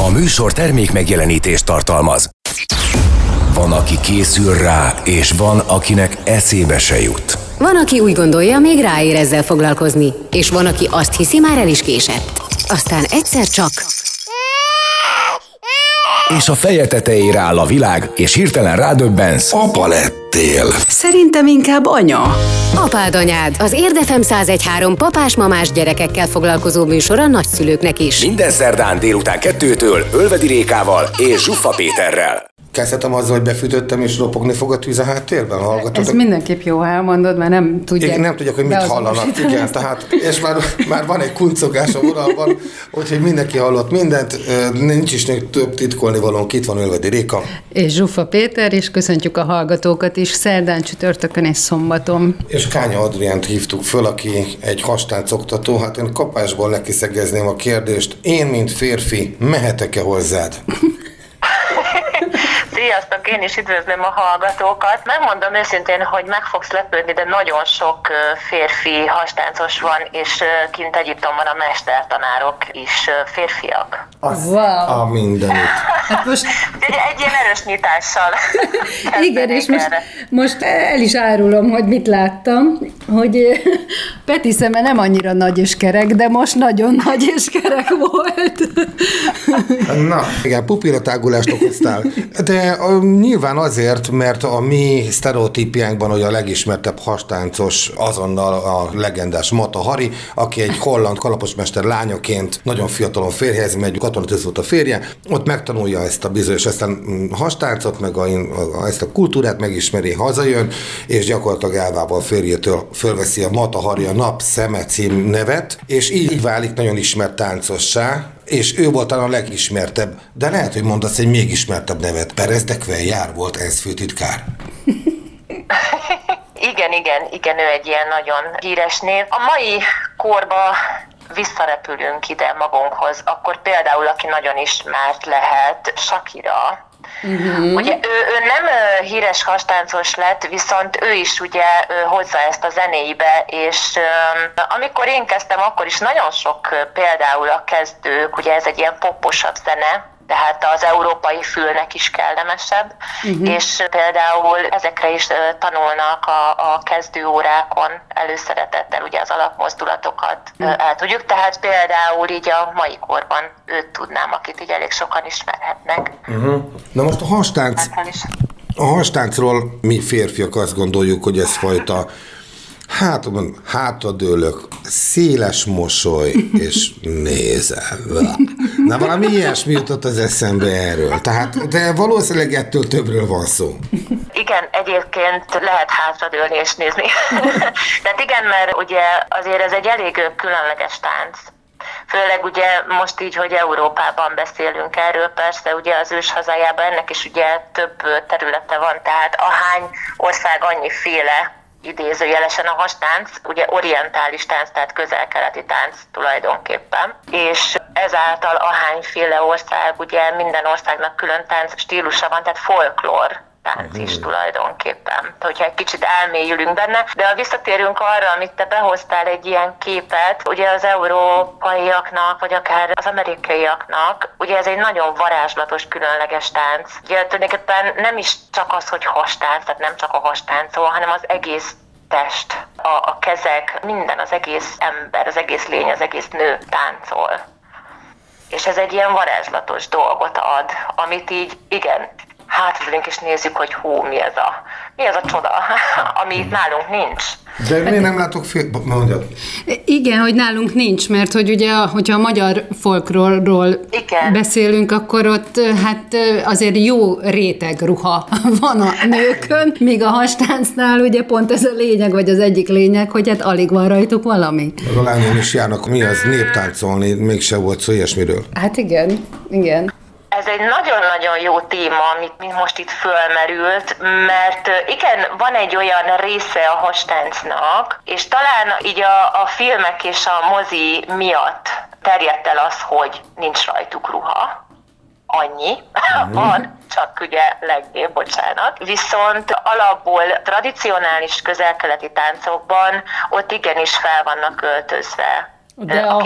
A műsor termék megjelenítést tartalmaz. Van, aki készül rá, és van, akinek eszébe se jut. Van, aki úgy gondolja, még ráér ezzel foglalkozni, és van, aki azt hiszi, már el is késett. Aztán egyszer csak... És a feje tetejére áll a világ, és hirtelen rádöbbensz. Apa lettél. Szerintem inkább anya. Apád anyád, az Érdefem 101.3 papás-mamás gyerekekkel foglalkozó műsor a nagyszülőknek is. Minden szerdán délután 2-től Ölvedi Rékával és Zsuffa Péterrel. Kezdhetem azzal, hogy befűtöttem és ropogni fog a tűz a háttérben? Ez mindenképp jó, ha elmondod, mert nem tudják. Igen, nem tudják, hogy mit hallanak. Igen, tehát, és már van egy kuncogás a vonalban, úgyhogy mindenki hallott mindent, nincs is több titkolni valónk, itt van Ölvedi Réka. És Zsuffa Péter, és köszöntjük a hallgatókat is szerdán, csütörtökön és szombaton. És Kánya Adriánt hívtuk föl, aki egy hastáncoktató. Hát én kapásból lekiszegezném a kérdést. Én, mint férfi, mehetek-e hozzád? Sziasztok, én is üdvözlöm a hallgatókat. Megmondom őszintén, hogy meg fogsz lepődni, de nagyon sok férfi hastáncos van, és kint Egyiptomban a mestertanárok is férfiak. Wow. A mindenit. Hát most... Egy ilyen erős nyitással. Igen, és most el is árulom, hogy mit láttam, hogy Peti szeme nem annyira nagy és kerek, de most nagyon nagy és kerek volt. Na, igen, pupillotágulást okoztál. De nyilván azért, mert a mi sztereotípiánkban, hogy a legismertebb hastáncos azonnal a legendás Mata Hari, aki egy holland kalaposmester lányaként nagyon fiatalon férjhez megy, katonatőz volt a férje, ott megtanulja ezt a bizonyos hastáncot, meg ezt a kultúrát megismeri, hazajön, és gyakorlatilag elvával a férjétől fölveszi a Mata Hari a Nap Szeme cím nevet, és így válik nagyon ismert táncossá, és ő volt talán a legismertebb, de lehet, hogy mondasz egy még ismertebb nevet. Perez de Cuéllar volt ENSZ főtitkár. Igen, ő egy ilyen nagyon híres név. A mai korban visszarepülünk ide magunkhoz, akkor például, aki nagyon ismert lehet, Shakira. Ugye ő nem híres hastáncos lett, viszont ő is ugye hozza ezt a zenéibe, és amikor én kezdtem, akkor is nagyon sok például a kezdők, ugye ez egy ilyen poposabb zene, tehát az európai fülnek is kellemesebb, és például ezekre is tanulnak a kezdőórákon előszeretettel, ugye az alapmozdulatokat el tudjuk, tehát például így a mai korban őt tudnám, akit így elég sokan ismerhetnek. Na most a hastáncról mi férfiak azt gondoljuk, hogy ez fajta hátradőlök, széles mosoly, és nézem. Na valami ilyesmi jutott az eszembe erről. Tehát, de valószínűleg ettől többről van szó. Igen, egyébként lehet hátradőlni és nézni. Tehát igen, mert ugye azért ez egy elég különleges tánc. Főleg ugye most így, hogy Európában beszélünk erről, persze ugye az ős hazájában ennek is ugye több területe van, tehát ahány ország annyiféle idézőjelesen a hastánc, ugye orientális tánc, tehát közel-keleti tánc tulajdonképpen, és ezáltal ahányféle ország, ugye minden országnak külön tánc stílusa van, tehát folklór tánc is tulajdonképpen, hogyha egy kicsit elmélyülünk benne, de ha visszatérünk arra, amit te behoztál egy ilyen képet, ugye az európaiaknak, vagy akár az amerikaiaknak, ugye ez egy nagyon varázslatos, különleges tánc. Ugye tulajdonképpen nem is csak az, hogy hastánc, tehát nem csak a hastáncol, hanem az egész test, a kezek, minden, az egész ember, az egész lény, az egész nő táncol. És ez egy ilyen varázslatos dolgot ad, amit így, igen, hátradőlünk és nézzük, hogy mi ez a csoda, ami itt nálunk nincs. De miért nem látok mondjad? Igen, hogy nálunk nincs, mert hogy ugye, hogyha a magyar folklórról beszélünk, akkor ott hát azért jó réteg ruha van a nőkön, míg a hastáncnál ugye pont ez a lényeg, vagy az egyik lényeg, hogy hát alig van rajtuk valami. A lányom is járnak, mi az néptáncolni, mégse volt szó ilyesmiről. Hát igen. Ez egy nagyon-nagyon jó téma, amit most itt fölmerült, mert igen, van egy olyan része a hastáncnak, és talán így a filmek és a mozi miatt terjedt el az, hogy nincs rajtuk ruha. Annyi van, csak ugye legnél, bocsánat. Viszont alapból tradicionális közel-keleti táncokban ott igenis fel vannak öltözve De a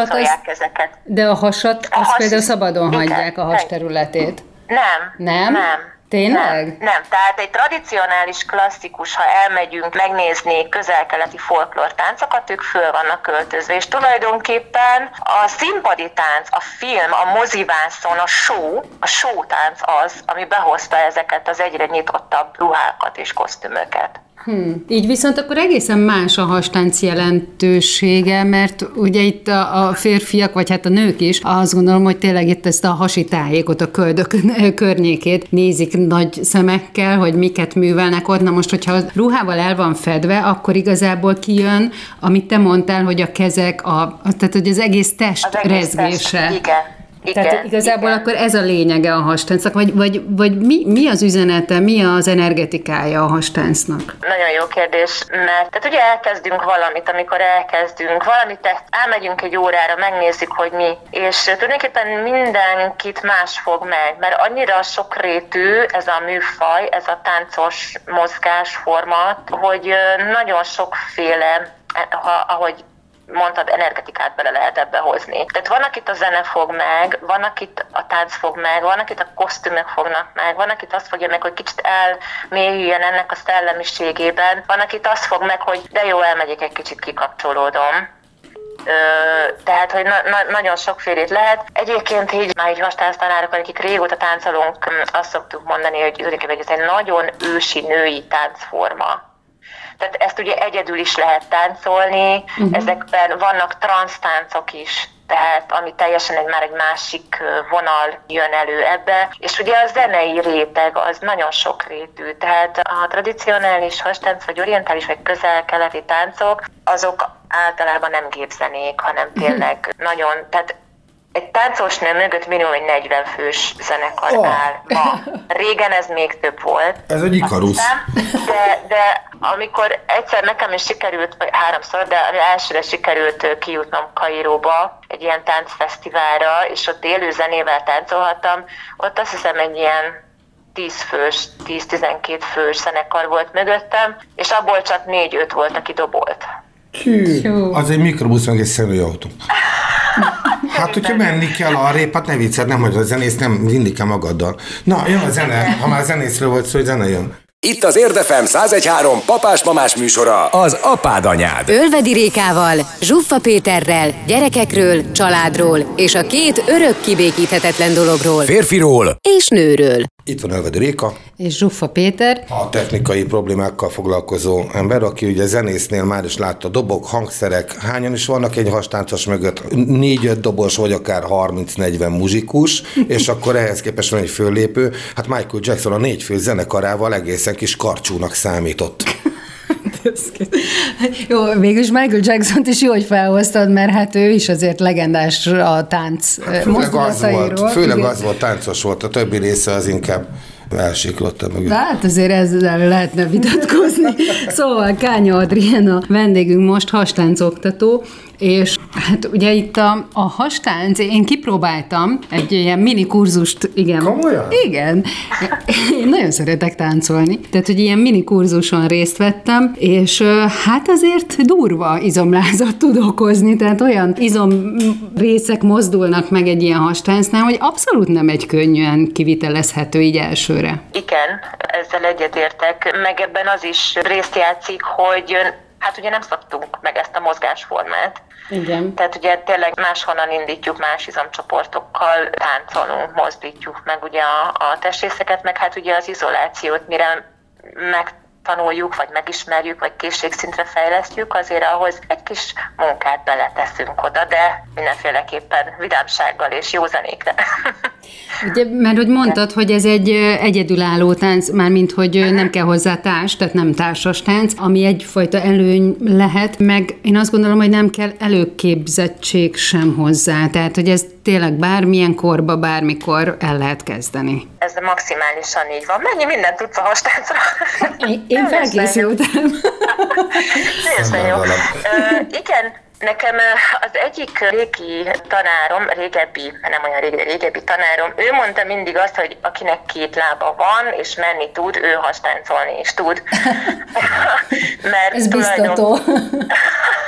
hasat, azt például szabadon hagyják a has területét. Nem. Tényleg? Nem. Tehát egy tradicionális, klasszikus, ha elmegyünk megnézni közel-keleti folklórtáncokat, ők föl vannak költözve, és tulajdonképpen a színpadi tánc, a film, a mozivászon, a show tánc az, ami behozta ezeket az egyre nyitottabb ruhákat és kosztümöket. Így viszont akkor egészen más a hastánc jelentősége, mert ugye itt a férfiak, vagy hát a nők is, azt gondolom, hogy tényleg itt ezt a hasi tájékot, a köldök környékét nézik nagy szemekkel, hogy miket művelnek ott. Na most, hogyha a ruhával el van fedve, akkor igazából kijön, amit te mondtál, hogy a kezek, tehát hogy az egész test rezgése. Igen. Tehát igazából akkor ez a lényege a hastáncnak, vagy mi az üzenete, mi az energetikája a hastáncnak? Nagyon jó kérdés, mert tehát ugye elkezdünk valamit, amikor elkezdünk valamit, elmegyünk egy órára, megnézzük, hogy mi, és tulajdonképpen mindenkit más fog meg, mert annyira sokrétű ez a műfaj, ez a táncos mozgásforma, hogy nagyon sokféle, ahogy mondtad, energetikát bele lehet ebbe hozni. Tehát van, akit a zene fog meg, van, akit a tánc fog meg, van, akit a kosztümök fognak meg, van, akit azt fogja meg, hogy kicsit elmélyüljön ennek a szellemiségében, van, akit azt fog meg, hogy de jó, elmegyek, egy kicsit kikapcsolódom. Tehát, hogy nagyon sokfélét lehet. Egyébként így már így hastánctanárok, akik régóta táncolunk, azt szoktuk mondani, hogy ez egy nagyon ősi női táncforma. Tehát ezt ugye egyedül is lehet táncolni, ezekben vannak transztáncok is, tehát ami teljesen már egy másik vonal jön elő ebbe, és ugye a zenei réteg az nagyon sokrétű, tehát a tradicionális hastánc, vagy orientális, vagy közel-keleti táncok, azok általában nem gépzenék, hanem tényleg nagyon, tehát egy táncos nő mögött minimum egy 40 fős zenekar áll ma. Régen ez még több volt. Ez egy Ikarusz. De amikor egyszer nekem is sikerült, vagy háromszor, de elsőre sikerült kijutnom Kairóba egy ilyen táncfesztiválra, és ott élő zenével táncolhattam, ott azt hiszem egy ilyen 10-12 fős zenekar volt mögöttem, és abból csak 4-5 volt, aki dobolt. Az egy mikrobusz, meg egy személyautó. Hát, hogyha menni kell arrébb, hát ne vicced, nem hagyod a zenész, nem mindig kell magaddal. Na, jön a zene, ha már zenészről volt szó, hogy zene jön. Itt az Érdefem 101.3 papás-mamás műsora, az Apád Anyád. Ölvedi Rékával, Zsuffa Péterrel, gyerekekről, családról és a két örök kibékíthetetlen dologról. Férfiról és nőről. Itt van Ölvedi Réka. És Zsuffa Péter. A technikai problémákkal foglalkozó ember, aki ugye zenésznél már is látta dobok, hangszerek, hányan is vannak egy hastáncos mögött, 4-5 dobos, vagy akár 30-40 muzsikus, és akkor ehhez képest van egy föllépő. Hát Michael Jackson a 4 fő zenekarával egészen kis karcsúnak számított. Jó, végülis Michael Jackson-t is jó, hogy felhoztad, mert hát ő is azért legendás a tánc mozdulatairól. Főleg az volt, táncos volt, a többi része az inkább elsiklottam meg. Hát azért ezzel lehetne vitatkozni. Szóval Kánya Adrián a vendégünk most hastáncoktató, és hát ugye itt a hastánc, én kipróbáltam egy ilyen mini kurzust, igen. Komolyan? Igen. Én nagyon szeretek táncolni, tehát hogy ilyen mini kurzuson részt vettem, és hát azért durva izomlázat tud okozni, tehát olyan izomrészek mozdulnak meg egy ilyen hastáncnál, hogy abszolút nem egy könnyűen kivitelezhető így elsőre. Igen, ezzel egyetértek, meg ebben az is részt játszik, hogy hát ugye nem szoktunk meg ezt a mozgásformát. Igen. Tehát ugye tényleg máshonnan indítjuk, más izomcsoportokkal táncolunk, mozdítjuk meg ugye a testrészeket, meg hát ugye az izolációt, mire megtanuljuk, vagy megismerjük, vagy készségszintre fejlesztjük, azért ahhoz egy kis munkát beleteszünk oda, de mindenféleképpen vidámsággal és jó zenékre. Ugye, mert hogy mondtad, hogy ez egy egyedülálló tánc, mármint hogy nem kell hozzá társ, tehát nem társas tánc, ami egyfajta előny lehet, meg én azt gondolom, hogy nem kell előképzettség sem hozzá, tehát hogy ez tényleg bármilyen korba, bármikor el lehet kezdeni. Ez maximálisan így van. Mennyi mindent tudsz a hastáncra? Én felkészültem. Teljesen jó. Igen, nekem az egyik régi tanárom, nem olyan régebbi tanárom, ő mondta mindig azt, hogy akinek 2 lába van, és menni tud, ő hastáncolni is tud. Ez biztató.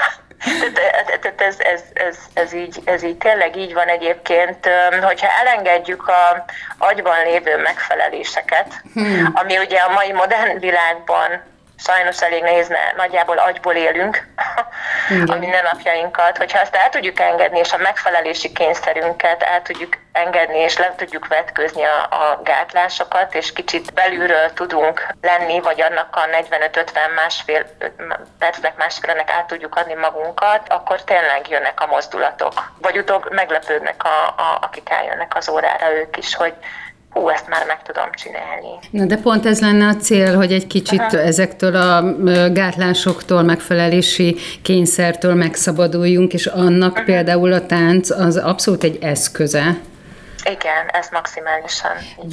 Ez így tényleg így van egyébként, hogyha elengedjük az agyban lévő megfeleléseket, ami ugye a mai modern világban sajnos elég nehéz, mert nagyjából agyból élünk a mindennapjainkat. Hogyha ezt el tudjuk engedni, és a megfelelési kényszerünket el tudjuk engedni, és le tudjuk vetkőzni a gátlásokat, és kicsit belülről tudunk lenni, vagy annak a 45-50 másfélnek át tudjuk adni magunkat, akkor tényleg jönnek a mozdulatok. Vagy utóbb meglepődnek, akik eljönnek az órára ők is, hogy ezt már meg tudom csinálni. Na de pont ez lenne a cél, hogy egy kicsit ezektől a gátlásoktól, megfelelési kényszertől megszabaduljunk, és annak például a tánc az abszolút egy eszköze. Igen, ez maximálisan.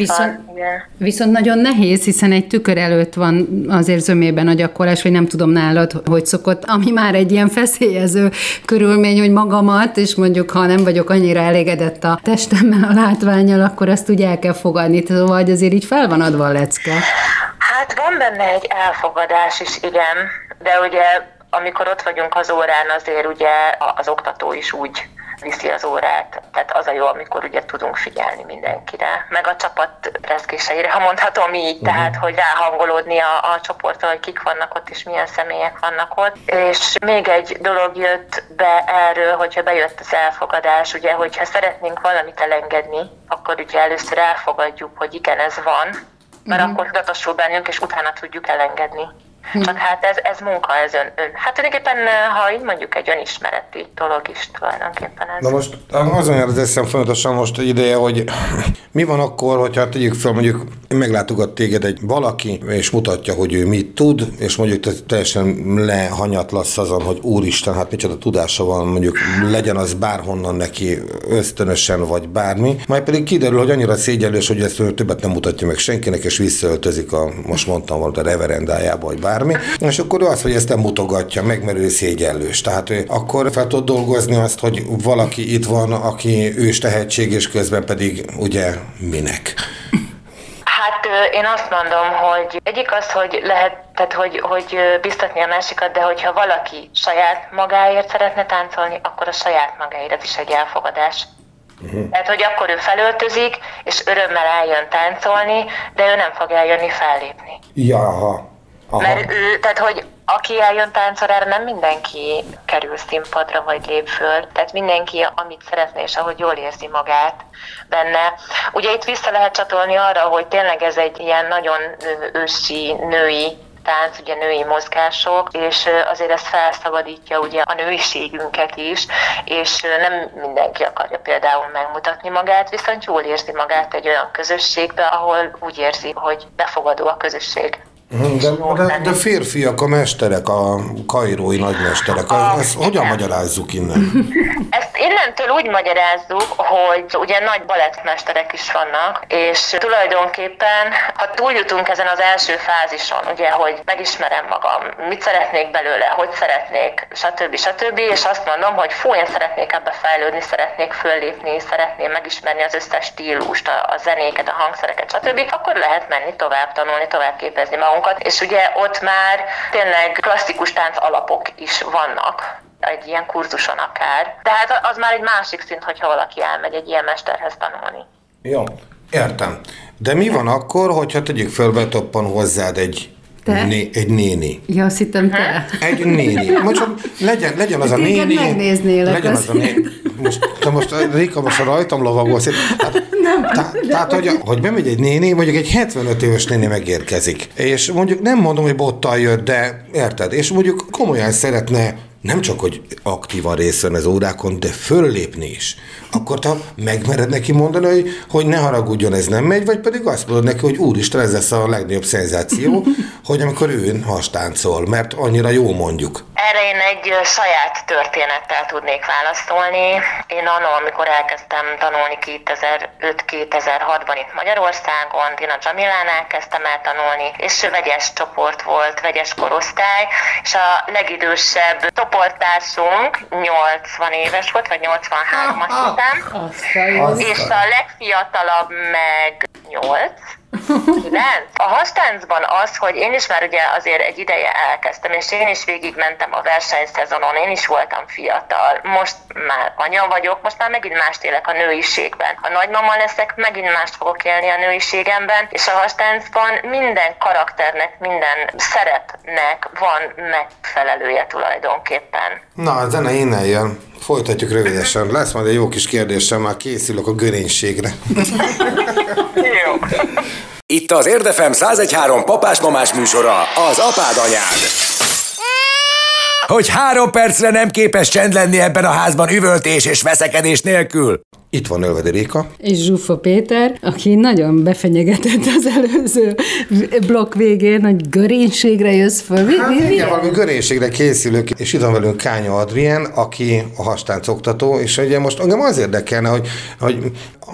Viszont nagyon nehéz, hiszen egy tükör előtt van azért zömében a gyakorlás, vagy nem tudom nálad, hogy szokott, ami már egy ilyen feszélyező körülmény, hogy magamat, és mondjuk, ha nem vagyok annyira elégedett a testemmel, a látvánnyal, akkor ezt úgy el kell fogadni, vagy azért így fel van adva a lecke. Hát van benne egy elfogadás is, igen, de ugye amikor ott vagyunk az órán, azért ugye az oktató is úgy viszi az órát. Tehát az a jó, amikor ugye tudunk figyelni mindenkire. Meg a csapat reszkéseire, ha mondhatom így, tehát hogy ráhangolódni a csoporttal, hogy kik vannak ott és milyen személyek vannak ott. És még egy dolog jött be erről, hogyha bejött az elfogadás, ugye, hogyha szeretnénk valamit elengedni, akkor ugye először elfogadjuk, hogy igen, ez van, mert akkor tudatosul bennünk, és utána tudjuk elengedni. Csak hát ez munka, ez ön. Hát tulajdonképpen, ha így mondjuk, egy önismereti dolog is tulajdonképpen ez. Na most azon jár az eszem folyamatosan most ideje, hogy mi van akkor, hogyha tegyük fel, mondjuk meglátogat téged egy valaki, és mutatja, hogy ő mit tud, és mondjuk teljesen lehanyatlasz azon, hogy úristen, hát micsoda tudása van, mondjuk legyen az bárhonnan neki ösztönösen, vagy bármi, majd pedig kiderül, hogy annyira szégyenlős, hogy ezt többet nem mutatja meg senkinek, és visszaöltözik most mondtam valamit, a reverendájába, vagy bármi, és akkor ő azt, hogy ezt nem mutogatja meg, mert ő szégyenlős. Tehát akkor fel tud dolgozni azt, hogy valaki itt van, aki ős tehetség, és közben pedig ugye minek? Hát én azt mondom, hogy egyik az, hogy lehet, tehát hogy biztatni a másikat, de hogyha valaki saját magáért szeretne táncolni, akkor a saját magáért, ez is egy elfogadás. Tehát, hogy akkor ő felöltözik, és örömmel eljön táncolni, de ő nem fog eljönni fellépni. Jaha. Aha. Mert ő, tehát hogy aki eljön táncolára, nem mindenki kerül színpadra vagy lép föl, tehát mindenki, amit szeretne és ahogy jól érzi magát benne. Ugye itt vissza lehet csatolni arra, hogy tényleg ez egy ilyen nagyon ősi, női tánc, ugye női mozgások, és azért ez felszabadítja ugye a nőiségünket is, és nem mindenki akarja például megmutatni magát, viszont jól érzi magát egy olyan közösségbe, ahol úgy érzi, hogy befogadó a közösség. De férfiak a mesterek, a kairói nagymesterek, ezt hogyan magyarázzuk innen? Ezt innentől úgy magyarázzuk, hogy ugye nagy balettmesterek is vannak, és tulajdonképpen, ha túljutunk ezen az első fázison, ugye, hogy megismerem magam, mit szeretnék belőle, hogy szeretnék, stb. És azt mondom, hogy én szeretnék ebbe fejlődni, szeretnék föllépni, szeretném megismerni az összes stílust, a zenéket, a hangszereket, stb., akkor lehet menni tovább tanulni, tovább képezni magunkat. És ugye ott már tényleg klasszikus tánc alapok is vannak, egy ilyen kurzuson akár. Tehát az már egy másik szint, hogyha valaki elmegy egy ilyen mesterhez tanulni. Jó, értem. De mi van akkor, hogyha tegyük föl, betoppan hozzád egy néni? Ja, azt hittem te. Egy néni. Most legyen az a néni. Megnéznélek. Legyen az a néni. Most Rika, most a rajtam lovagolsz. Tehát, hogy bemegy egy néni, mondjuk egy 75 éves néni megérkezik. És mondjuk nem mondom, hogy bottal jött, de érted? És mondjuk komolyan szeretne nem csak, hogy aktívan részt venni az órákon, de föllépni is. Akkor te megmered neki mondani, hogy ne haragudjon, ez nem megy, vagy pedig azt mondod neki, hogy úristen, ez lesz a legnagyobb szenzáció, hogy amikor ő hastáncol, mert annyira jó mondjuk. Erre én egy saját történettel tudnék válaszolni. Én annól, amikor elkezdtem tanulni 2005-2006-ban itt Magyarországon, Dina Jamilánál kezdtem el tanulni, és vegyes csoport volt, vegyes korosztály, és a legidősebb csoporttársunk 80 éves volt, vagy 83, azt hiszem, és a legfiatalabb meg 8, 9. A hastáncban az, hogy én is már ugye azért egy ideje elkezdtem, és én is végigmentem a versenyszezonon, én is voltam fiatal, most már anya vagyok, most már megint mást élek a nőiségben. Ha nagymama leszek, megint mást fogok élni a nőiségemben, és a hastáncban minden karakternek, minden szerepnek van megfelelője tulajdonképpen. Na, a zene innen jön. Folytatjuk rövidesen. Lesz majd egy jó kis kérdésem, már készülök a görénységre. Jó. Itt az Érdefem 101.3 papás-mamás műsora, az apád anyád. Hogy 3 percre nem képes csend lenni ebben a házban üvöltés és veszekedés nélkül. Itt van Ölvedi Réka. És Zsuffa Péter, aki nagyon befenyegetett az előző blokk végén, hogy görénységre jössz föl. Igen, valami görénységre készülök, és itt van velünk Kánya Adrien, aki a hastánc oktató, és ugye most engem az érdekelne, hogy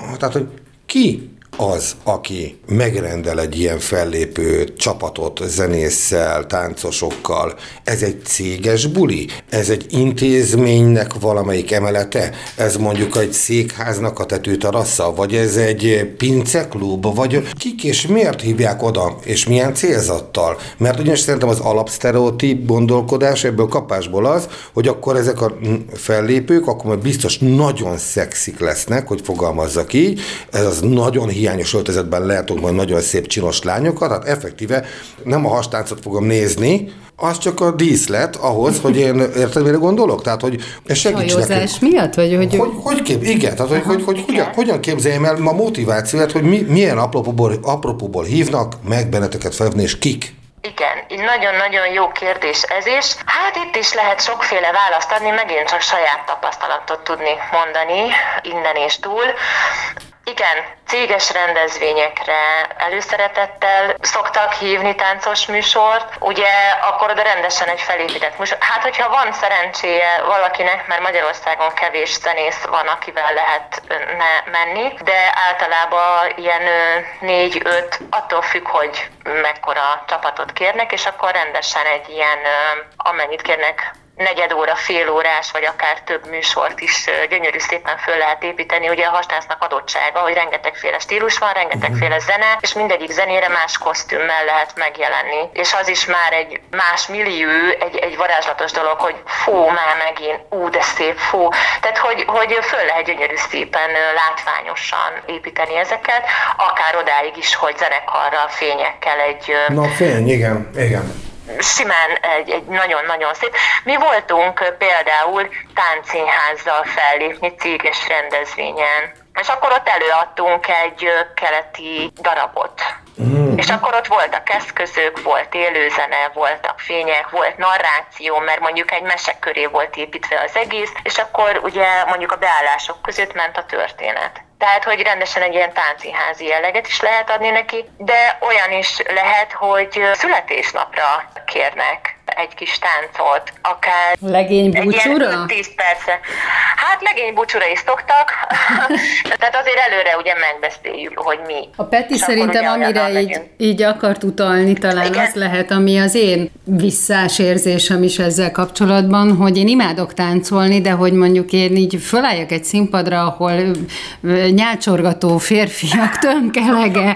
ki az, aki megrendel egy ilyen fellépő csapatot zenésszel, táncosokkal. Ez egy céges buli? Ez egy intézménynek valamelyik emelete? Ez mondjuk egy székháznak a tetőterassza? Vagy ez egy pinceklub? Vagy kik és miért hívják oda? És milyen célzattal? Mert ugyanis szerintem az alapsztereotíp gondolkodás ebből kapásból az, hogy akkor ezek a fellépők, akkor majd biztos nagyon szexik lesznek, hogy fogalmazzak így. Ez az nagyon hiányos öltözetben látok majd nagyon szép csinos lányokat, hát effektíve nem a hastáncot fogom nézni, az csak a díszlet ahhoz, hogy én érted, mire gondolok? Tehát, hogy segíts nekünk. Miatt? Igen, tehát, hogyan képzeljem el a motivációt, hogy milyen apropóból hívnak meg benneteket felvenni, és kik? Igen, így nagyon-nagyon jó kérdés ez is. Hát itt is lehet sokféle választ adni, megint csak saját tapasztalatot tudni mondani innen és túl. Igen, céges rendezvényekre előszeretettel szoktak hívni táncos műsort, ugye akkor oda rendesen egy felépített műsor. Hát, hogyha van szerencséje valakinek, mert Magyarországon kevés zenész van, akivel lehetne menni, de általában ilyen 4-5, attól függ, hogy mekkora csapatot kérnek, és akkor rendesen egy ilyen, amennyit kérnek, negyed óra, fél órás, vagy akár több műsort is gyönyörű szépen föl lehet építeni. Ugye a hastáncnak adottsága, hogy rengetegféle stílus van, rengetegféle zene, és mindegyik zenére más kosztümmel lehet megjelenni. És az is már egy más millió, egy varázslatos dolog, hogy fú, már megint, de szép, fú. Tehát, hogy föl lehet gyönyörű szépen látványosan építeni ezeket, akár odáig is, hogy zenekarral, fényekkel egy... Na, fény, igen. Simán egy nagyon-nagyon szép. Mi voltunk például táncszínházzal fellépni céges rendezvényen, és akkor ott előadtunk egy keleti darabot. És akkor ott voltak eszközök, volt élőzene, voltak fények, volt narráció, mert mondjuk egy mese köré volt építve az egész, és akkor ugye mondjuk a beállások között ment a történet. Tehát, hogy rendesen egy ilyen táncszínházi jelleget is lehet adni neki, de olyan is lehet, hogy születésnapra kérnek egy kis táncot, akár legénybúcsúra? Egy ilyen 10 percre. Hát legénybúcsúra is szoktak, tehát azért előre ugye megbeszéljük, hogy mi. A Peti szerintem amire így akart utalni, talán igen? Az lehet, ami az én visszás érzésem is ezzel kapcsolatban, hogy én imádok táncolni, de hogy mondjuk én így fölálljak egy színpadra, ahol nyálcsorgató férfiak tönkelege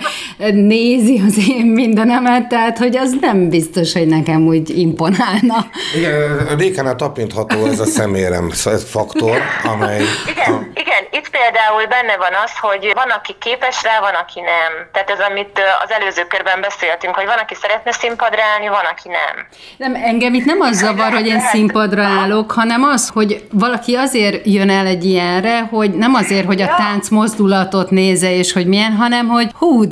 nézi az én mindenemet, tehát hogy az nem biztos, hogy nekem úgy imponálna. Igen, Rékánál tapintható ez a szemérem faktor, amely... Igen, itt például benne van az, hogy van, aki képes rá, van, aki nem. Tehát ez, amit az előző körben beszéltünk, hogy van, aki szeretne színpadra állni, van, aki nem. Nem, engem itt nem az zavar, hogy én színpadra állok, hanem az, hogy valaki azért jön el egy ilyenre, hogy nem azért, hogy a tánc mozdulatot néze, és hogy milyen, hanem hogy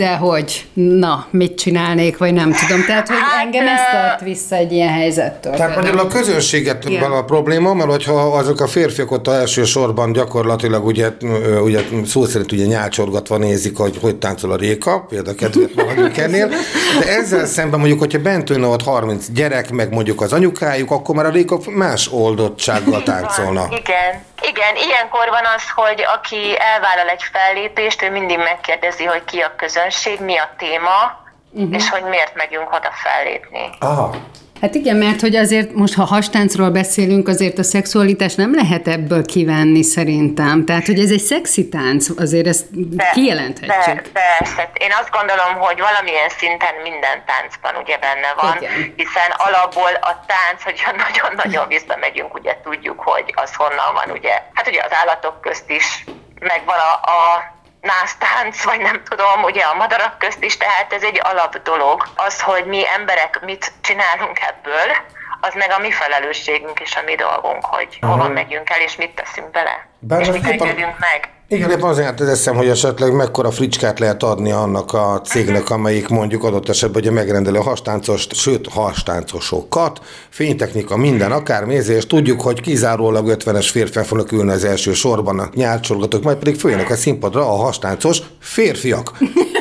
na, mit csinálnék, vagy nem tudom. Tehát, hogy engem ezt tart vissza egy ilyen helyzettől. Tehát magyarul a közönséget van a probléma, mert hogyha azok a férfiak ott első sorban gyakorlatilag ugye szó szerint ugye nyálcsorgatva nézik, hogy táncol a Réka, például kedvet maradjunk ennél, de ezzel szemben mondjuk, hogyha bent ülne ott 30 gyerek, meg mondjuk az anyukájuk, akkor már a Réka más oldottsággal táncolna. Igen, ilyenkor van az, hogy aki elvállal egy fellépést, ő mindig megkérdezi, hogy ki a közönség, mi a téma, és hogy miért megyünk oda fellépni. Aha. Hát igen, mert hogy azért most, ha hastáncról beszélünk, azért a szexualitás nem lehet ebből kivenni szerintem. Tehát, hogy ez egy szexi tánc, azért ezt kijelenthetjük. Persze. Én azt gondolom, hogy valamilyen szinten minden táncban ugye benne van, igen. Hiszen alapból a tánc, hogyha nagyon-nagyon visszamegyünk, ugye tudjuk, hogy az honnan van, ugye. Hát ugye az állatok közt is megvan a násztánc, vagy nem tudom, ugye a madarak közt is, tehát ez egy alap dolog. Az, hogy mi emberek mit csinálunk ebből, az meg a mi felelősségünk és a mi dolgunk, hogy hova megyünk el, és mit teszünk bele, és mit engedünk meg. Igen, éppen azért eszem, hogy esetleg mekkora fricskát lehet adni annak a cégnek, amelyik mondjuk adott esetben ugye megrendeli a hastáncost, sőt hastáncosokat, fénytechnika, minden, akármi, és tudjuk, hogy kizárólag 50-es férfiak fognak ülni az első sorban a nyálcsorgatók, majd pedig följönnek a színpadra a hastáncos férfiak.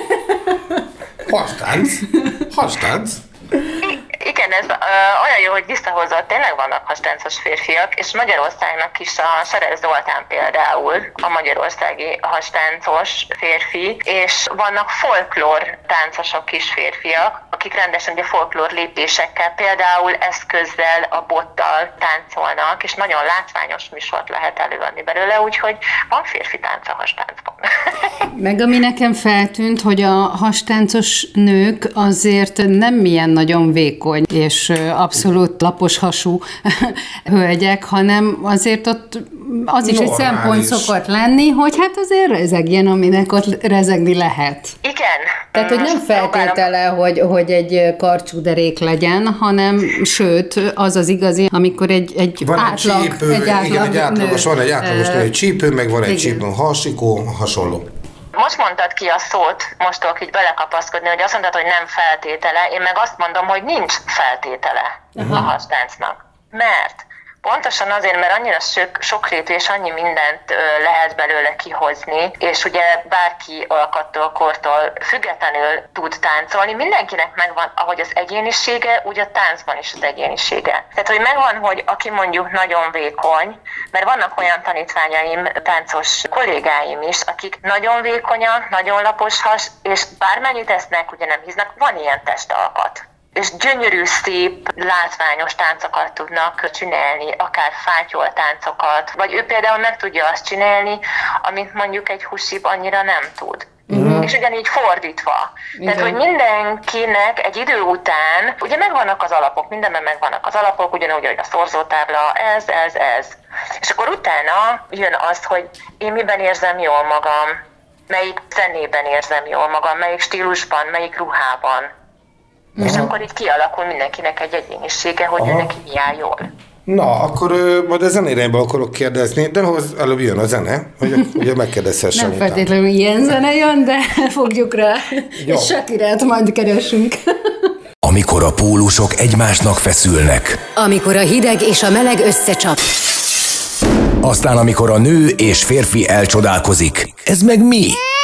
Hastánc. Igen, ez olyan jó, hogy visszahozott, tényleg vannak hastáncos férfiak, és Magyarországnak is a Seres Zoltán például a magyarországi hastáncos férfi, és vannak folklór táncosok is férfiak, akik rendesen ugye folklór lépésekkel, például eszközzel, a bottal táncolnak, és nagyon látványos műsort lehet előadni belőle, úgyhogy van férfi tánc a hastáncban. Meg ami nekem feltűnt, hogy a hastáncos nők azért nem milyen nagyon vékony és abszolút lapos hasú hölgyek, hanem azért ott az is egy szempont szokott lenni, hogy hát azért rezegjen, aminek ott rezegni lehet. Igen. Tehát, hogy nem feltétele, hogy egy karcsú derék legyen, hanem sőt, az az igazi, amikor egy átlag, átlagos, van egy átlagos nő csípő, meg van egy csípő hasikó, hasonló. Most mondtad ki a szót, most tudok így belekapaszkodni, hogy azt mondtad, hogy nem feltétele, én meg azt mondom, hogy nincs feltétele a hastáncnak. Mert pontosan azért, mert annyira sokrétű és annyi mindent lehet belőle kihozni, és ugye bárki alkattól, kortól függetlenül tud táncolni, mindenkinek megvan, ahogy az egyénisége, úgy a táncban is az egyénisége. Tehát, hogy megvan, hogy aki mondjuk nagyon vékony, mert vannak olyan tanítványaim, táncos kollégáim is, akik nagyon vékonyak, nagyon lapos has, és bármennyit esznek, ugye nem híznak, van ilyen testalkat. És gyönyörű, szép, látványos táncokat tudnak csinálni, akár fátyoltáncokat, vagy ő például meg tudja azt csinálni, amit mondjuk egy húsip annyira nem tud. És ugyanígy fordítva. Tehát, hogy mindenkinek egy idő után, ugye megvannak az alapok, mindenben megvannak az alapok, ugyanúgy, hogy a szorzótábla, ez. És akkor utána jön az, hogy én miben érzem jól magam, melyik zenében érzem jól magam, melyik stílusban, melyik ruhában. És akkor itt kialakul mindenkinek egy egyénisége, hogy ő neki mi áll jól. Na, akkor majd a zenére akarok kérdezni, de ahhoz előbb jön a zene, hogy ugye megkérdezhessem. Nem feltétlenül ilyen zene jön, de fogjuk rá, jó. És Shakirát majd keresünk. Amikor a pólusok egymásnak feszülnek. Amikor a hideg és a meleg összecsap. Aztán amikor a nő és férfi elcsodálkozik. Ez meg mi?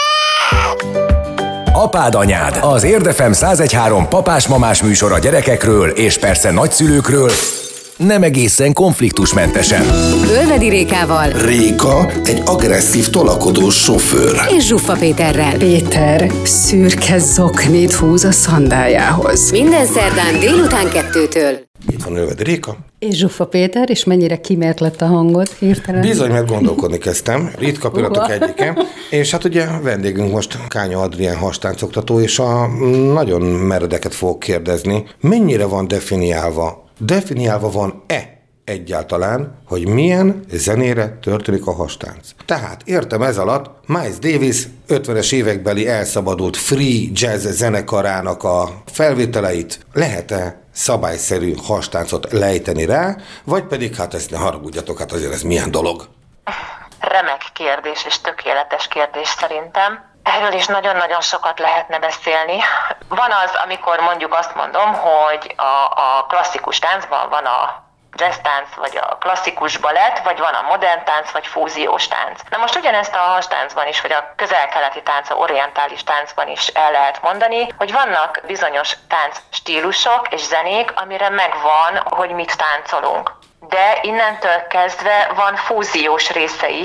Apád anyád, az Érdefem 101.3 papás-mamás műsor a gyerekekről és persze nagyszülőkről, nem egészen konfliktusmentesen. Ölvedi Rékával. Réka egy agresszív tolakodós sofőr. És Zsuffa Péterrel. Péter szürke zoknit húz a szandájához. Minden szerdán délután 2-től. Itt van Ölvedi Réka. És Zsuffa Péter, és mennyire kimért lett a hangod hirtelen? Bizony, mert gondolkodni kezdtem. Ritka pillanatok egyike. És hát ugye vendégünk most Kánya Adrián hastáncoktató, és a nagyon meredeket fogok kérdezni. Mennyire van definiálva van-e egyáltalán, hogy milyen zenére történik a hastánc. Tehát értem ez alatt Miles Davis 50-es évekbeli elszabadult free jazz zenekarának a felvételeit. Lehet-e szabályszerű hastáncot lejteni rá, vagy pedig hát ezt ne haragudjatok, hát azért ez milyen dolog? Remek kérdés és tökéletes kérdés szerintem. Erről is nagyon-nagyon sokat lehetne beszélni. Van az, amikor mondjuk azt mondom, hogy a klasszikus táncban van a jazz tánc, vagy a klasszikus balett, vagy van a modern tánc, vagy fúziós tánc. Na most ugyanezt a hastáncban is, vagy a közel-keleti tánc, a orientális táncban is el lehet mondani, hogy vannak bizonyos táncstílusok és zenék, amire megvan, hogy mit táncolunk. De innentől kezdve van fúziós része is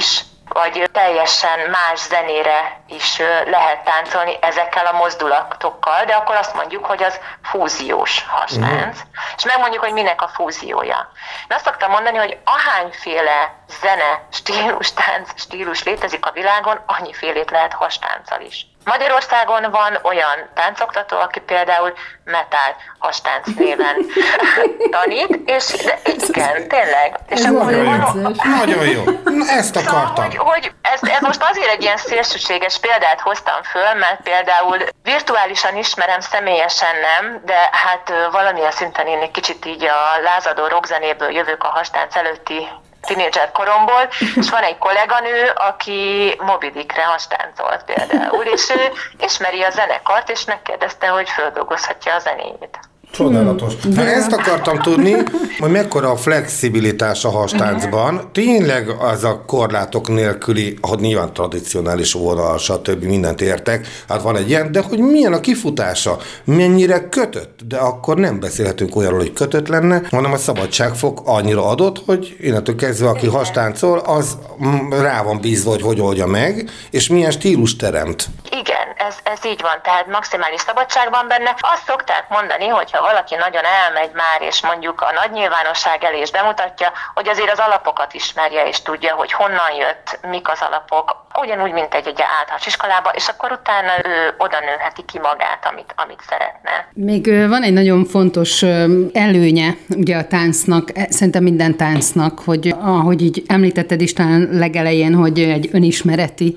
vagy teljesen más zenére is lehet táncolni ezekkel a mozdulatokkal, de akkor azt mondjuk, hogy az fúziós hastánc, és megmondjuk, hogy minek a fúziója. Én azt szoktam mondani, hogy ahányféle zene, stílus, tánc, stílus létezik a világon, annyifélét lehet hastánccal is. Magyarországon van olyan táncoktató, aki például metal hastánc néven tanít, és igen, tényleg. És nagyon jó. Ezt akartam. Hogy ez most azért egy ilyen szélsőséges példát hoztam föl, mert például virtuálisan ismerem, személyesen nem, de hát valamilyen szinten én egy kicsit így a lázadó rockzenéből jövök a hastánc előtti tínédzser koromból, és van egy kolléganő, aki Moby Dickre hastáncolt például, és ő ismeri a zenekart, és megkérdezte, hogy földolgozhatja a zenéjét. Csodálatos. Hát ezt akartam tudni, hogy mekkora a flexibilitás a hastáncban. Tényleg az a korlátok nélküli, ahogy nyilván tradicionális vonal, stb. Mindent értek, hát van egy ilyen, de hogy milyen a kifutása, mennyire kötött, de akkor nem beszélhetünk olyanról, hogy kötött lenne, hanem a szabadságfok annyira adott, hogy innentől kezdve, aki hastáncol, az rá van bízva, hogy oldja meg, és milyen stílus teremt. Igen, ez így van, tehát maximális szabadság van benne. Azt szokták mondani, hogyha valaki nagyon elmegy már, és mondjuk a nagy nyilvánosság elé is bemutatja, hogy azért az alapokat ismerje, és tudja, hogy honnan jött, mik az alapok, ugyanúgy, mint egy általános iskolába, és akkor utána ő oda nőheti ki magát, amit szeretne. Még van egy nagyon fontos előnye ugye a táncnak, szerintem minden táncnak, hogy ahogy így említetted is talán legelején, hogy egy önismereti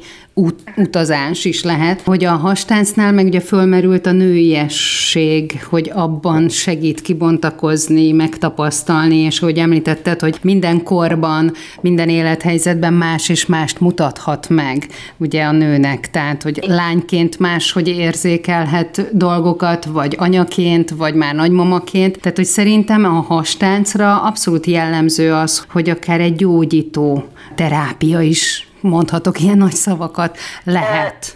utazás is lehet, hogy a hastáncnál meg ugye fölmerült a nőiesség, hogy abban segít kibontakozni, megtapasztalni, és hogy említetted, hogy minden korban, minden élethelyzetben más és mást mutathat meg ugye a nőnek, tehát hogy lányként máshogy érzékelhet dolgokat, vagy anyaként, vagy már nagymamaként, tehát hogy szerintem a hastáncra abszolút jellemző az, hogy akár egy gyógyító terápia is, mondhatok ilyen nagy szavakat, lehet.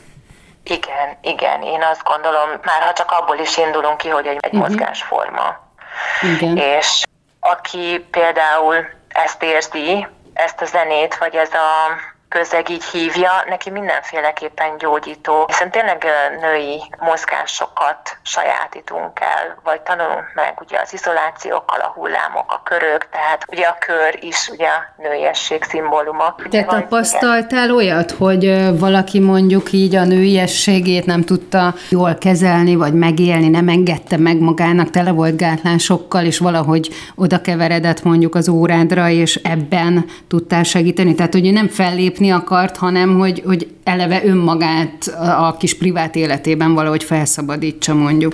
Igen, én azt gondolom, már ha csak abból is indulunk ki, hogy egy mozgásforma. Igen. És aki például ezt érzi, ezt a zenét, vagy ez a közeg így hívja, neki mindenféleképpen gyógyító, hiszen tényleg női mozgásokat sajátítunk el, vagy tanulunk meg ugye az izolációkkal, a hullámok, a körök, tehát ugye a kör is ugye a nőiesség szimbóluma. Te tapasztaltál olyat, hogy valaki mondjuk így a nőiességét nem tudta jól kezelni, vagy megélni, nem engedte meg magának, tele volt gátlásokkal, és valahogy oda keveredett mondjuk az órádra, és ebben tudtál segíteni? Tehát, hogy nem fellépni akart, hanem hogy eleve önmagát a kis privát életében valahogy felszabadítsa mondjuk.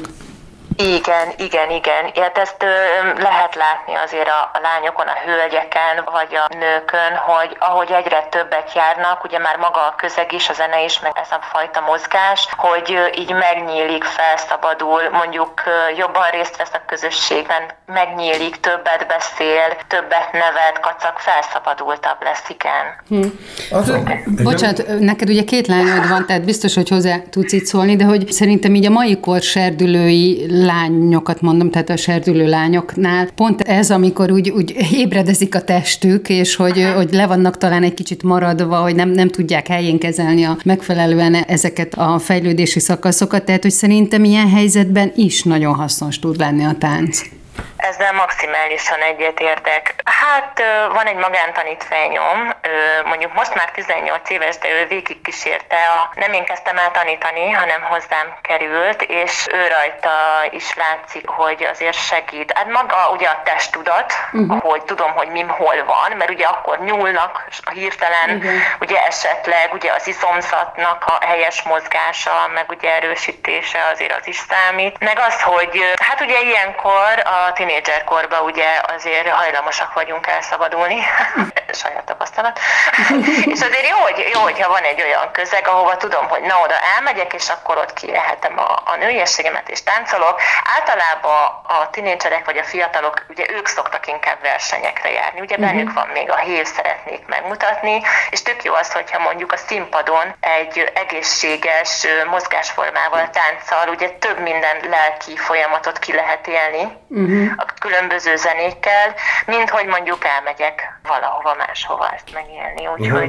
Igen. Hát ezt lehet látni azért a lányokon, a hölgyeken, vagy a nőkön, hogy ahogy egyre többet járnak, ugye már maga a közeg is, a zene is, meg ez a fajta mozgás, hogy így megnyílik, felszabadul, mondjuk jobban részt vesz a közösségben, megnyílik, többet beszél, többet nevet, kacag, felszabadultabb lesz, igen. Bocsánat, neked ugye 2 lányod van, tehát biztos, hogy hozzá tudsz itt szólni, de hogy szerintem így a mai kor serdülői lányokat mondom, tehát a serdülő lányoknál pont ez, amikor úgy ébredezik a testük, és hogy le vannak talán egy kicsit maradva, hogy nem tudják helyén kezelni megfelelően ezeket a fejlődési szakaszokat, tehát hogy szerintem ilyen helyzetben is nagyon hasznos tud lenni a tánc. Ezzel maximálisan egyetértek. Hát van egy magántanítványom, mondjuk most már 18 éves, de ő végig kísérte, nem én kezdtem el tanítani, hanem hozzám került, és ő rajta is látszik, hogy azért segít. Hát maga ugye a testtudat, hogy tudom, hogy mi hol van, mert ugye akkor nyúlnak a hirtelen, ugye esetleg ugye az izomzatnak a helyes mozgása, meg ugye erősítése azért az is számít. Meg az, hogy hát ugye ilyenkor a tínédzserkorban ugye azért hajlamosak vagyunk elszabadulni, saját tapasztalat. És azért jó, hogyha van egy olyan közeg, ahova tudom, hogy na oda elmegyek, és akkor ott kiélhetem a nőiességemet és táncolok. Általában a tínédzserek vagy a fiatalok, ugye ők szoktak inkább versenyekre járni, ugye bennük van még a hív, szeretnék megmutatni, és tök jó az, hogyha mondjuk a színpadon egy egészséges mozgásformával, tánccal, ugye több minden lelki folyamatot ki lehet élni, a különböző zenékkel, mint hogy mondjuk elmegyek valahova máshova ezt megélni, úgyhogy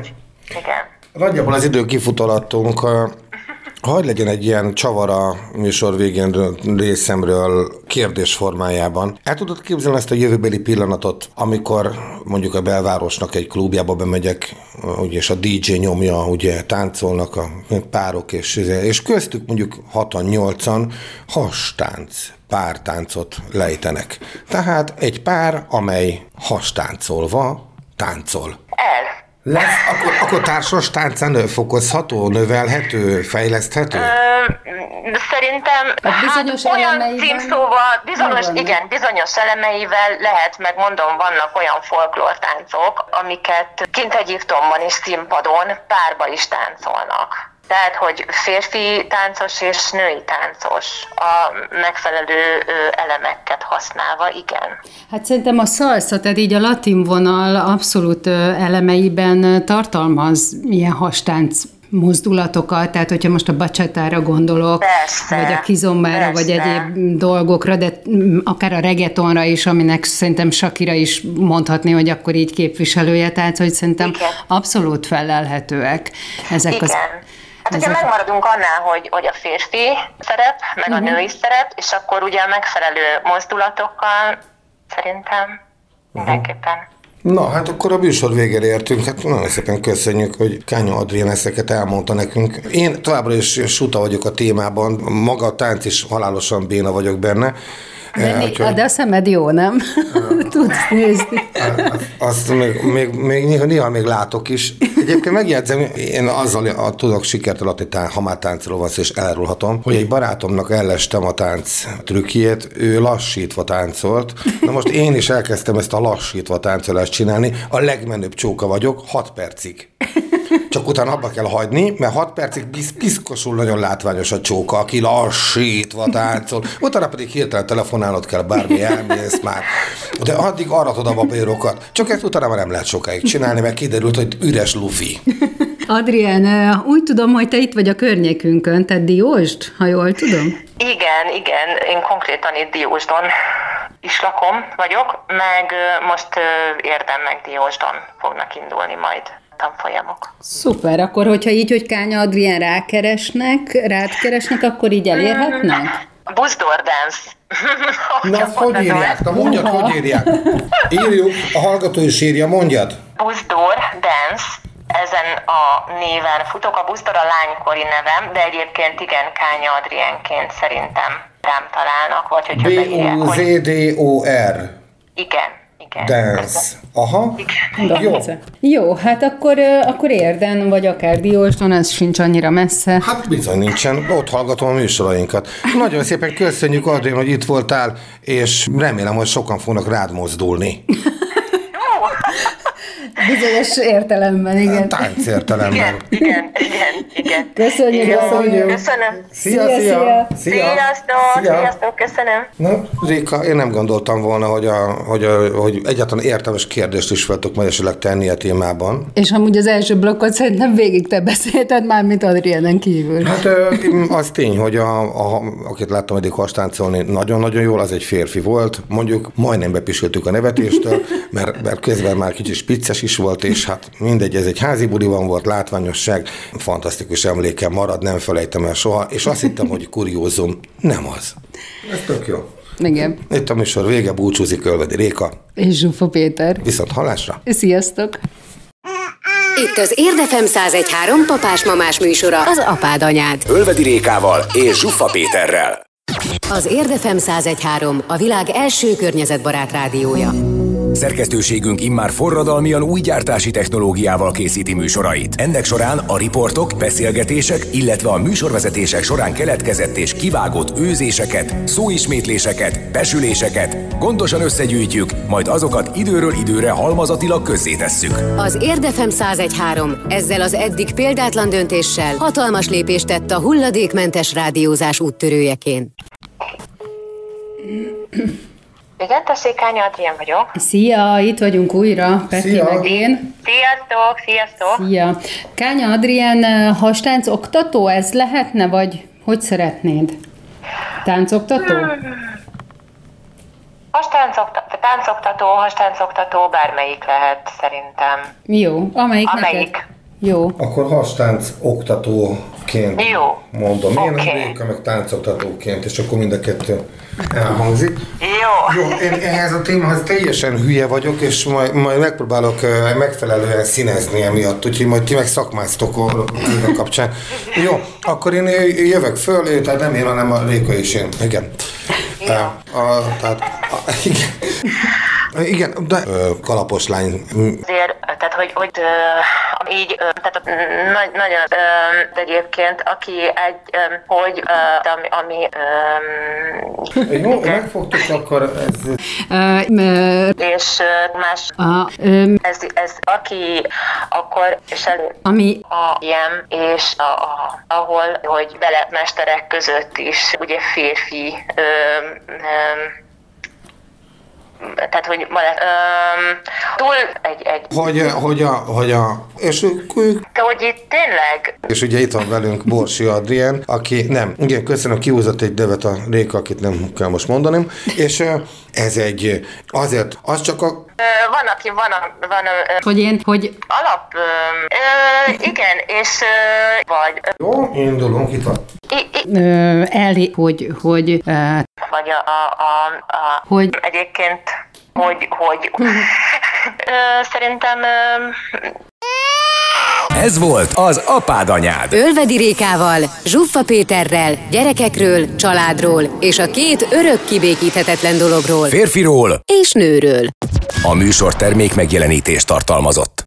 Igen. Nagyjából az idő kifutolattunk. Hadd legyen egy ilyen csavar a műsor végén részemről kérdés formájában. El tudod képzelni ezt a jövőbeli pillanatot, amikor mondjuk a belvárosnak egy klubjába bemegyek, és a DJ nyomja, ugye táncolnak a párok, és köztük mondjuk 6-8-an hastánc, pártáncot lejtenek. Tehát egy pár, amely hastáncolva táncol. Lesz, akkor társas táncán fokozható, növelhető, fejleszthető? Szerintem olyan címszóval, bizonyos elemeivel lehet, megmondom, vannak olyan folklórtáncok, amiket kint Egyiptomban is színpadon párba is táncolnak. Tehát, hogy férfi táncos és női táncos a megfelelő elemeket használva, igen. Hát szerintem a szalsza, tehát így a latin vonal abszolút elemeiben tartalmaz ilyen hastánc mozdulatokat, tehát hogyha most a bacsatára gondolok, persze, vagy a kizombára, vagy egyéb dolgokra, de akár a reggaetonra is, aminek szerintem Shakira is mondhatni, hogy akkor így képviselője, tehát hogy szerintem abszolút felelhetőek ezek az... Hát, hogyha megmaradunk annál, hogy a férfi szerep, meg a női szerep, és akkor ugye a megfelelő mozdulatokkal szerintem mindenképpen. Na, hát akkor a műsor végére értünk. Hát nagyon szépen köszönjük, hogy Kánya Adrián ezeket elmondta nekünk. Én továbbra is suta vagyok a témában, maga a tánc is halálosan béna vagyok benne. De a szemed jó, nem? Tudsz nézni. Azt még néha még látok is. Egyébként megjegyzem, én azzal tudok sikert alatni, ha már táncról van szó, és elárulhatom, hogy egy barátomnak ellestem a tánc trükkjét, ő lassítva táncolt. Na most én is elkezdtem ezt a lassítva táncolást csinálni, a legmenőbb csóka vagyok, 6 percig. Csak utána abba kell hagyni, mert 6 percig piszkosul nagyon látványos a csóka, aki lassítva táncol. Utána pedig hirtelen telefonálnod kell, bármi elmész már. De addig aratod a papírokat. Csak ezt utána már nem lehet sokáig csinálni, mert kiderült, hogy üres lufi. Adrián, úgy tudom, hogy te itt vagy a környékünkön, te Diósd, ha jól tudom? Igen, én konkrétan itt Diósdon is vagyok, meg most Érden meg Diósdon fognak indulni majd tanfolyamok. Szuper, akkor hogyha így, hogy Kánya Adrián rád keresnek, akkor így elérhetnek? Buzdor dance. Na, azt hogy írják? Na mondjad, hogy írják? Írjuk, a hallgató is írja, mondjad. Buzdor dance. Ezen a néven futok, a Buzdor a lánykori nevem, de egyébként igen, Kánya Adriánként szerintem rám találnak, vagy hogyha beírják, B-U-Z-D-O-R. Igen. Dance. Aha. Igen. Jó, hát akkor Érden, vagy akár Diósdon, ez sincs annyira messze. Hát bizony nincsen, ott hallgatom a műsorainkat. Nagyon szépen köszönjük, Adrián, hogy itt voltál, és remélem, hogy sokan fognak rád mozdulni. Bizonyos értelemben, igen. Tánc értelemben. Igen. Köszönjük. Köszönöm. Szia. Sziasztok, köszönöm. Na, Réka, én nem gondoltam volna, hogy egyáltalán értelmes kérdést is fel tudok majd esetleg tenni a témában. És amúgy az első blokkot szerintem végig te beszélted már, mint Adriánen kívül. Hát az tény, hogy akit láttam eddig hastáncolni nagyon-nagyon jól, az egy férfi volt. Mondjuk majdnem bepisültük a nevetéstől, mert közben már kicsit spicces is volt, és hát mindegy, ez egy házi buliban volt, látványosság, fantasztikus emlékem marad, nem felejtem el soha, és azt hittem, hogy kuriózum, nem az. Ez tök jó. Igen. Itt a műsor vége, búcsúzik Ölvedi Réka. És Zsufa Péter. Viszont hallásra. Sziasztok! Itt az Érdefem 101.3 papás-mamás műsora, az apád anyád. Ölvedi Rékával és Zsuffa Péterrel. Az Érdefem 101.3 a világ első környezetbarát rádiója. Szerkesztőségünk immár forradalmian új gyártási technológiával készíti műsorait. Ennek során a riportok, beszélgetések, illetve a műsorvezetések során keletkezett és kivágott őzéseket, szóismétléseket, besüléseket gondosan összegyűjtjük, majd azokat időről időre halmazatilag közzétesszük. Az Érdefem 101.3 ezzel az eddig példátlan döntéssel hatalmas lépést tett a hulladékmentes rádiózás úttörőjeként. Igen, tessék, Kánya Adrián vagyok. Szia, itt vagyunk újra, Peti meg én. Sziasztok! Szia! Kánya Adrián, hastánc oktató, ez lehetne, vagy hogy szeretnéd? Táncoktató? Táncoktató, hastánzoktató, bármelyik lehet szerintem. Jó, amelyik neked? Jó. Akkor hastánc oktatóként mondom. Én Okay. Réka meg táncoktatóként, és akkor mind a kettő elhangzik. Jó. Én ehhez a témához teljesen hülye vagyok, és majd megpróbálok megfelelően színezni emiatt, úgyhogy majd ti meg szakmáztok a kapcsán. Jó, akkor én jövök föl, tehát nem én, hanem a Réka és én. Igen. Igen, de kalapos lány. Azért, tehát hogy így, tehát nagyon, de egyébként, aki Jó, megfogtuk, akkor ez... és más, ez aki akkor, és ami ilyen, és ahol, hogy beletmesterek között is, ugye férfi, tehát, hogy túl és hogy itt tényleg... És ugye itt van velünk Borsi Adrien, aki igen, köszönöm, kihúzott egy dövet a Réka, akit nem kell most mondanom, és ez egy, azért, az csak a... Van, aki hogy igen, és vagy... Jó, indulunk, itt van. hogy Vagy hogy egyébként, hogy szerintem... Ez volt az Apád Anyád. Ölvedi Rékával, Zsuffa Péterrel, gyerekekről, családról és a két örök kibékíthetetlen dologról. Férfiról És nőről. a műsor termék megjelenítést tartalmazott.